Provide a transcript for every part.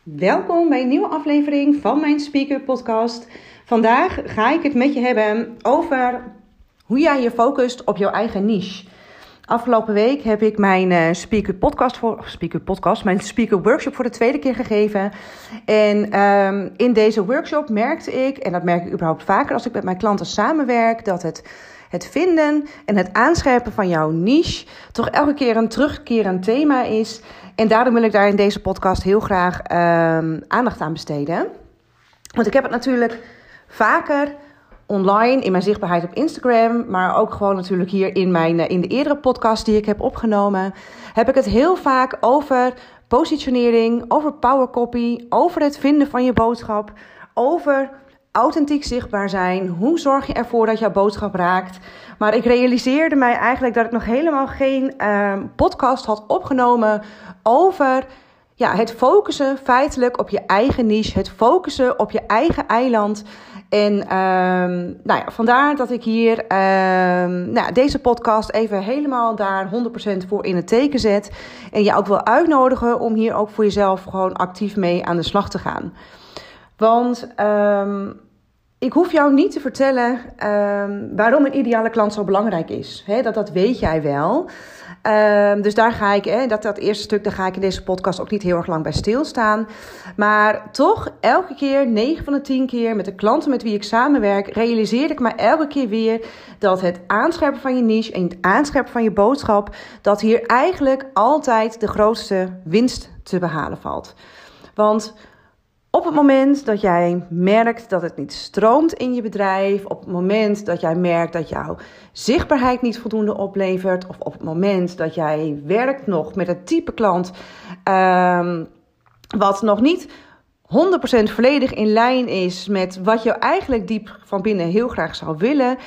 Welkom bij een nieuwe aflevering van mijn Speak Up podcast. Vandaag ga ik het met je hebben over hoe jij je focust op jouw eigen niche. Afgelopen week heb ik mijn mijn Speak Up workshop voor de tweede keer gegeven. En in deze workshop merkte ik, en dat merk ik überhaupt vaker als ik met mijn klanten samenwerk, dat het vinden en het aanscherpen van jouw niche toch elke keer een terugkerend thema is. En daarom wil ik daar in deze podcast heel graag aandacht aan besteden. Want ik heb het natuurlijk vaker online in mijn zichtbaarheid op Instagram, maar ook gewoon natuurlijk hier in de eerdere podcast die ik heb opgenomen, heb ik het heel vaak over positionering, over power copy, over het vinden van je boodschap, over authentiek zichtbaar zijn. Hoe zorg je ervoor dat jouw boodschap raakt? Maar ik realiseerde mij eigenlijk dat ik nog helemaal geen podcast had opgenomen over het focussen feitelijk op je eigen niche, het focussen op je eigen eiland. En vandaar dat ik hier deze podcast even helemaal daar 100% voor in het teken zet. En je ook wil uitnodigen om hier ook voor jezelf gewoon actief mee aan de slag te gaan. Want ik hoef jou niet te vertellen waarom een ideale klant zo belangrijk is. Dat weet jij wel. Dus daar ga ik, dat eerste stuk, daar ga ik in deze podcast ook niet heel erg lang bij stilstaan. Maar toch, elke keer, 9 van de 10 keer, met de klanten met wie ik samenwerk, realiseer ik me elke keer weer dat het aanscherpen van je niche en het aanscherpen van je boodschap, dat hier eigenlijk altijd de grootste winst te behalen valt. Want op het moment dat jij merkt dat het niet stroomt in je bedrijf, op het moment dat jij merkt dat jouw zichtbaarheid niet voldoende oplevert, of op het moment dat jij werkt nog met een type klant wat nog niet 100% volledig in lijn is met wat je eigenlijk diep van binnen heel graag zou willen,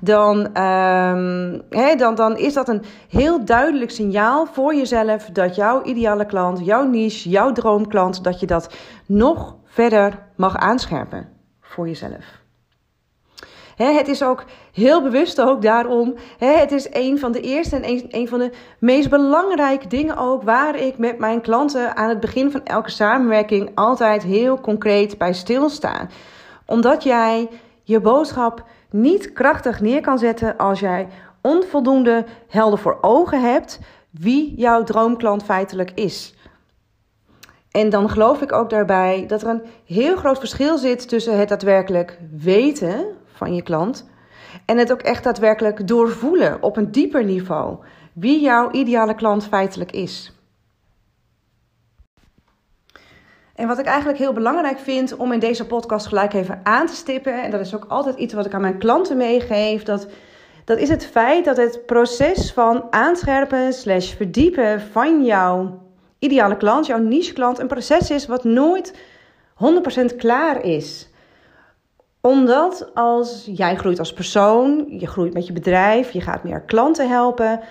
dan is dat een heel duidelijk signaal voor jezelf dat jouw ideale klant, jouw niche, jouw droomklant, dat je dat nog verder mag aanscherpen voor jezelf. Het is ook heel bewust ook daarom. Het is een van de eerste en een van de meest belangrijke dingen ook waar ik met mijn klanten aan het begin van elke samenwerking altijd heel concreet bij stilsta. Omdat jij je boodschap niet krachtig neer kan zetten als jij onvoldoende helder voor ogen hebt wie jouw droomklant feitelijk is. En dan geloof ik ook daarbij dat er een heel groot verschil zit tussen het daadwerkelijk weten van je klant en het ook echt daadwerkelijk doorvoelen op een dieper niveau wie jouw ideale klant feitelijk is. En wat ik eigenlijk heel belangrijk vind om in deze podcast gelijk even aan te stippen, en dat is ook altijd iets wat ik aan mijn klanten meegeef, dat is het feit dat het proces van aanscherpen / verdiepen van jouw ideale klant, jouw niche klant, een proces is wat nooit 100% klaar is. Omdat als jij groeit als persoon, je groeit met je bedrijf, je gaat meer klanten helpen,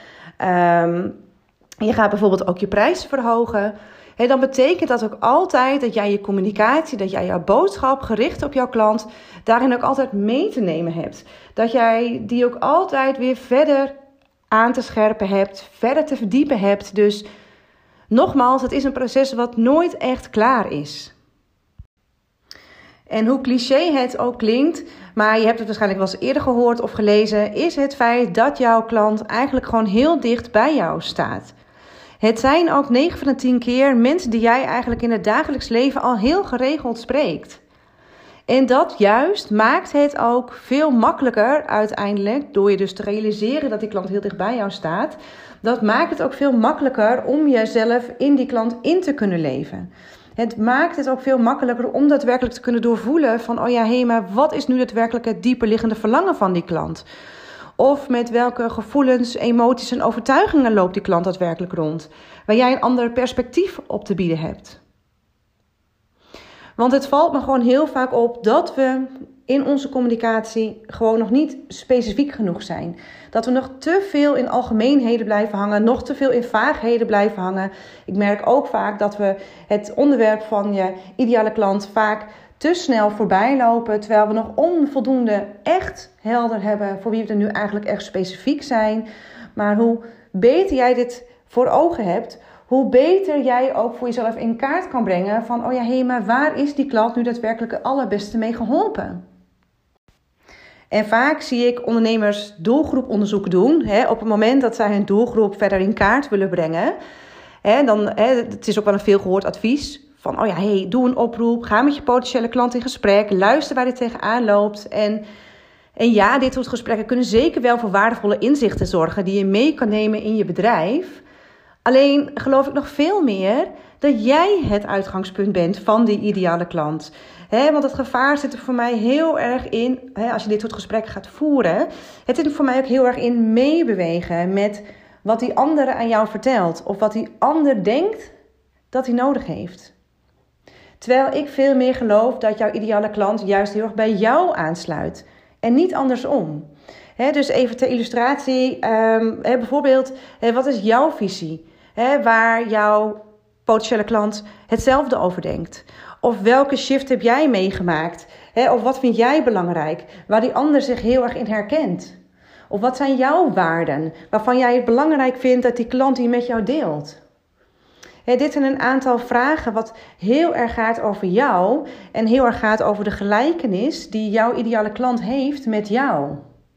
je gaat bijvoorbeeld ook je prijzen verhogen, dan betekent dat ook altijd dat jij je communicatie, dat jij jouw boodschap gericht op jouw klant, daarin ook altijd mee te nemen hebt. Dat jij die ook altijd weer verder aan te scherpen hebt, verder te verdiepen hebt. Dus nogmaals, het is een proces wat nooit echt klaar is. En hoe cliché het ook klinkt, maar je hebt het waarschijnlijk wel eens eerder gehoord of gelezen, is het feit dat jouw klant eigenlijk gewoon heel dicht bij jou staat. Het zijn ook 9 van de 10 keer mensen die jij eigenlijk in het dagelijks leven al heel geregeld spreekt. En dat juist maakt het ook veel makkelijker uiteindelijk, door je dus te realiseren dat die klant heel dicht bij jou staat. Dat maakt het ook veel makkelijker om jezelf in die klant in te kunnen leven. Het maakt het ook veel makkelijker om daadwerkelijk te kunnen doorvoelen van, maar wat is nu daadwerkelijk het dieperliggende verlangen van die klant? Of met welke gevoelens, emoties en overtuigingen loopt die klant daadwerkelijk rond, waar jij een ander perspectief op te bieden hebt. Want het valt me gewoon heel vaak op dat we in onze communicatie gewoon nog niet specifiek genoeg zijn. Dat we nog te veel in algemeenheden blijven hangen, nog te veel in vaagheden blijven hangen. Ik merk ook vaak dat we het onderwerp van je ideale klant vaak te snel voorbij lopen, terwijl we nog onvoldoende echt helder hebben voor wie we er nu eigenlijk echt specifiek zijn. Maar hoe beter jij dit voor ogen hebt, hoe beter jij ook voor jezelf in kaart kan brengen van, maar waar is die klant nu daadwerkelijk het allerbeste mee geholpen? En vaak zie ik ondernemers doelgroeponderzoek doen. Op het moment dat zij hun doelgroep verder in kaart willen brengen. Het is ook wel een veel gehoord advies. Van, doe een oproep. Ga met je potentiële klant in gesprek. Luister waar dit tegenaan loopt. En ja, dit soort gesprekken kunnen zeker wel voor waardevolle inzichten zorgen. Die je mee kan nemen in je bedrijf. Alleen geloof ik nog veel meer dat jij het uitgangspunt bent van die ideale klant. Want het gevaar zit er voor mij heel erg in, als je dit soort gesprekken gaat voeren. Het zit er voor mij ook heel erg in meebewegen met wat die andere aan jou vertelt. Of wat die ander denkt dat hij nodig heeft. Terwijl ik veel meer geloof dat jouw ideale klant juist heel erg bij jou aansluit. En niet andersom. Dus even ter illustratie, bijvoorbeeld, wat is jouw visie? Waar jouw potentiële klant hetzelfde over denkt. Of welke shift heb jij meegemaakt? Of wat vind jij belangrijk? Waar die ander zich heel erg in herkent. Of wat zijn jouw waarden? Waarvan jij het belangrijk vindt dat die klant die met jou deelt. Dit zijn een aantal vragen wat heel erg gaat over jou. En heel erg gaat over de gelijkenis die jouw ideale klant heeft met jou.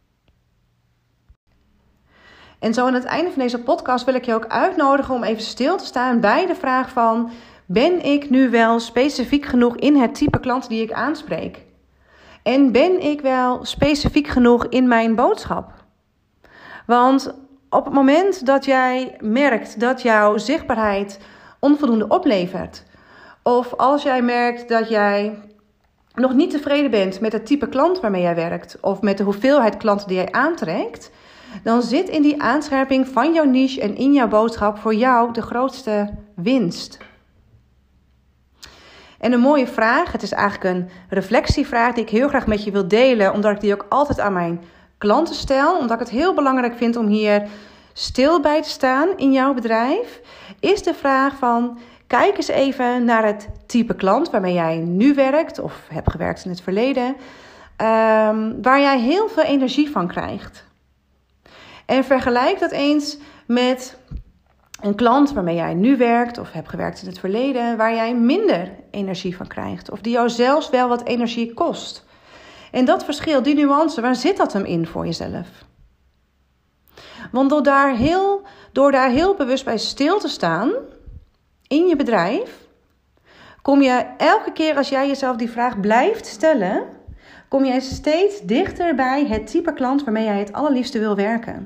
En zo aan het einde van deze podcast wil ik je ook uitnodigen om even stil te staan bij de vraag van, ben ik nu wel specifiek genoeg in het type klant die ik aanspreek? En ben ik wel specifiek genoeg in mijn boodschap? Want op het moment dat jij merkt dat jouw zichtbaarheid onvoldoende oplevert, of als jij merkt dat jij nog niet tevreden bent met het type klant waarmee jij werkt, of met de hoeveelheid klanten die jij aantrekt, dan zit in die aanscherping van jouw niche en in jouw boodschap voor jou de grootste winst. En een mooie vraag, het is eigenlijk een reflectievraag die ik heel graag met je wil delen, omdat ik die ook altijd aan mijn klanten stel, omdat ik het heel belangrijk vind om hier stil bij te staan in jouw bedrijf, is de vraag van, kijk eens even naar het type klant waarmee jij nu werkt of hebt gewerkt in het verleden, waar jij heel veel energie van krijgt. En vergelijk dat eens met een klant waarmee jij nu werkt of hebt gewerkt in het verleden, waar jij minder energie van krijgt. Of die jou zelfs wel wat energie kost. En dat verschil, die nuance, waar zit dat hem in voor jezelf? Want door daar heel bewust bij stil te staan in je bedrijf, kom je elke keer als jij jezelf die vraag blijft stellen, kom jij steeds dichter bij het type klant waarmee jij het allerliefste wil werken.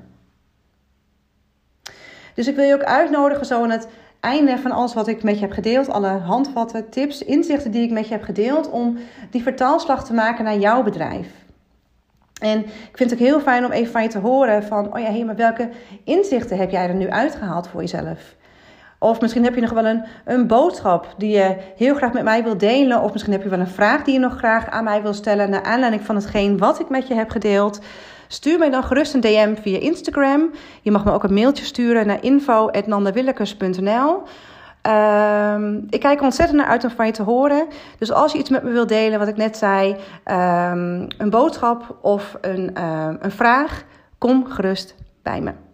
Dus ik wil je ook uitnodigen zo aan het einde van alles wat ik met je heb gedeeld, alle handvatten, tips, inzichten die ik met je heb gedeeld, om die vertaalslag te maken naar jouw bedrijf. En ik vind het ook heel fijn om even van je te horen van, maar welke inzichten heb jij er nu uitgehaald voor jezelf? Of misschien heb je nog wel een boodschap die je heel graag met mij wil delen. Of misschien heb je wel een vraag die je nog graag aan mij wil stellen naar aanleiding van hetgeen wat ik met je heb gedeeld. Stuur mij dan gerust een DM via Instagram. Je mag me ook een mailtje sturen naar info@nandawillekes.nl. Ik kijk er ontzettend naar uit om van je te horen. Dus als je iets met me wilt delen, wat ik net zei, een boodschap of een vraag, kom gerust bij me.